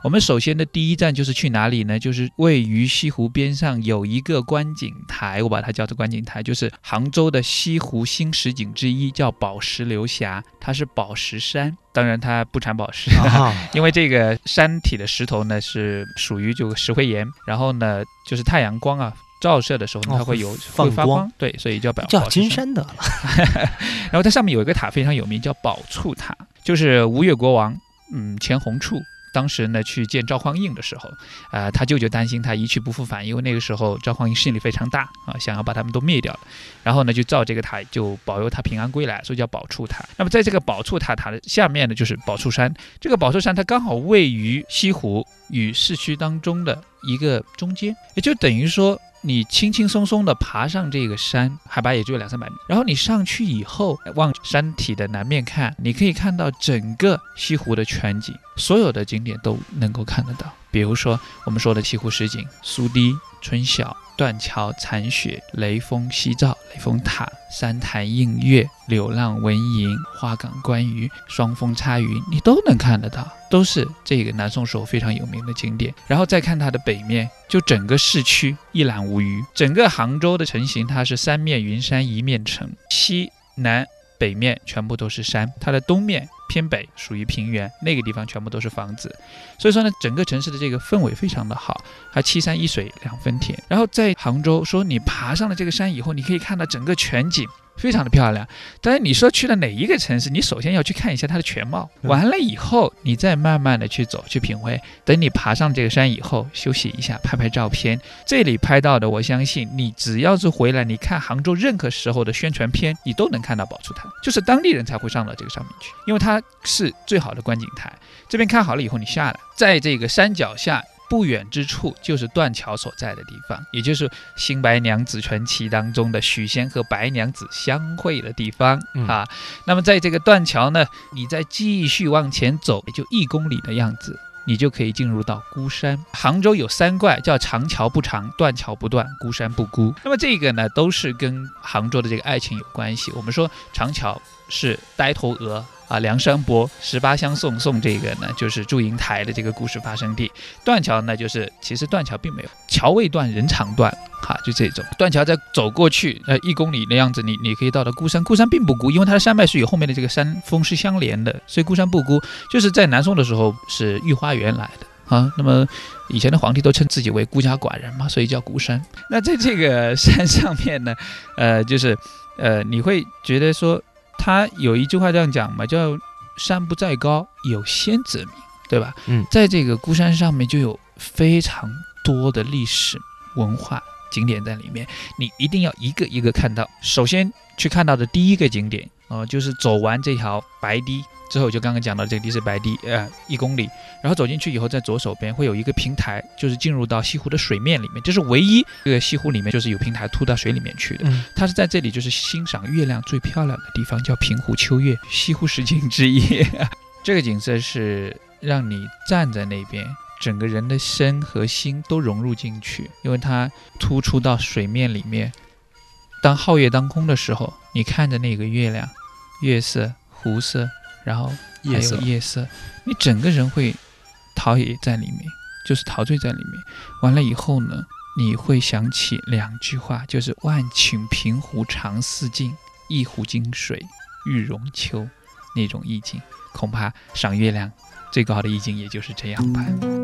我们首先的第一站就是去哪里呢？就是位于西湖边上有一个观景台，我把它叫做观景台，就是杭州的西湖新十景之一，叫宝石流峡，它是宝石山。当然它不产宝石，因为这个山体的石头呢是属于就石灰岩，然后呢就是太阳光啊照射的时候它会发光，对，所以叫金山的了。 然后它上面有一个塔非常有名，叫宝处塔，就是吴越国王钱弘处当时呢去见赵匡胤的时候，他舅舅担心他一去不复返，因为那个时候赵匡胤势力非常大啊，想要把他们都灭掉了，然后呢就造这个塔，就保佑他平安归来，所以叫宝处塔。那么在这个宝处塔的下面呢就是宝处山，这个宝处山它刚好位于西湖与市区当中的一个中间，也就等于说你轻轻松松的爬上这个山，海拔也只有200-300米，然后你上去以后往山体的南面看，你可以看到整个西湖的全景，所有的景点都能够看得到。比如说我们说的西湖十景，苏堤、春晓、断桥、残雪、雷峰夕照、雷峰塔、三潭映月、柳浪闻莺、花港观鱼、双峰插云，你都能看得到，都是这个南宋时候非常有名的景点。然后再看它的北面，就整个市区一览无余。整个杭州的成型，它是3面云山一面城，西南北面全部都是山，它的东面偏北属于平原，那个地方全部都是房子，所以说呢整个城市的这个氛围非常的好，还7山1水2分田。然后在杭州说你爬上了这个山以后，你可以看到整个全景，非常的漂亮。但是你说去了哪一个城市，你首先要去看一下它的全貌，完了以后你再慢慢的去走去品味。等你爬上这个山以后休息一下，拍拍照片，这里拍到的我相信你只要是回来你看杭州任何时候的宣传片，你都能看到宝处塔，就是当地人才会上到这个上面去，因为它是最好的观景台。这边看好了以后你下来，在这个山脚下不远之处就是断桥所在的地方，也就是新白娘子传奇当中的许仙和白娘子相会的地方啊。那么在这个断桥呢，你再继续往前走，也就1公里的样子，你就可以进入到孤山。杭州有3怪，叫长桥不长，断桥不断，孤山不孤。那么这个呢都是跟杭州的这个爱情有关系。我们说长桥是呆头鹅梁山伯18相送，送这个呢就是祝英台的这个故事发生地。断桥呢就是其实断桥并没有，桥未断人肠断就这种断桥再走过去1公里的样子，你可以到达孤山。孤山并不孤，因为它的山脉是与后面的这个山峰是相连的，所以孤山不孤，就是在南宋的时候是御花园来的那么以前的皇帝都称自己为孤家寡人嘛，所以叫孤山。那在这个山上面呢就是你会觉得说他有一句话这样讲嘛，叫山不在高，有仙则名，对吧？在这个孤山上面就有非常多的历史文化景点在里面，你一定要一个一个看到。首先去看到的第一个景点就是走完这条白堤之后，就刚刚讲到这个堤是白堤1公里，然后走进去以后，在左手边会有一个平台，就是进入到西湖的水面里面，这是唯一这个西湖里面就是有平台凸到水里面去的。它是在这里就是欣赏月亮最漂亮的地方，叫平湖秋月，西湖十景之一这个景色是让你站在那边，整个人的身和心都融入进去，因为它突出到水面里面。当皓月当空的时候，你看着那个月亮，月色、湖色，然后还有夜色，你整个人会陶冶在里面，就是陶醉在里面。完了以后呢，你会想起2句话，就是万顷平湖长似镜，一湖金水玉容秋，那种意境。恐怕赏月亮最高的意境也就是这样吧。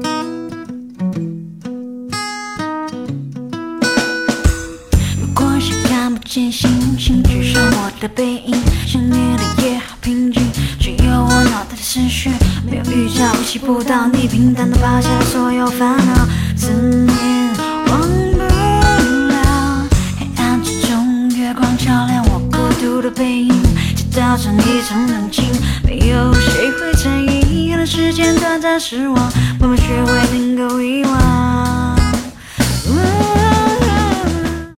如果是看不见星星，举上我的背影，想你的夜好平静，只有我脑袋的思绪没有预兆，呼吸不到你平淡的抛下了所有烦恼，思念忘不了。黑暗之中，月光照亮我孤独的背影，街道上一场冷清，没有谁会在意的时间短暂失望，慢慢学会能够遗忘。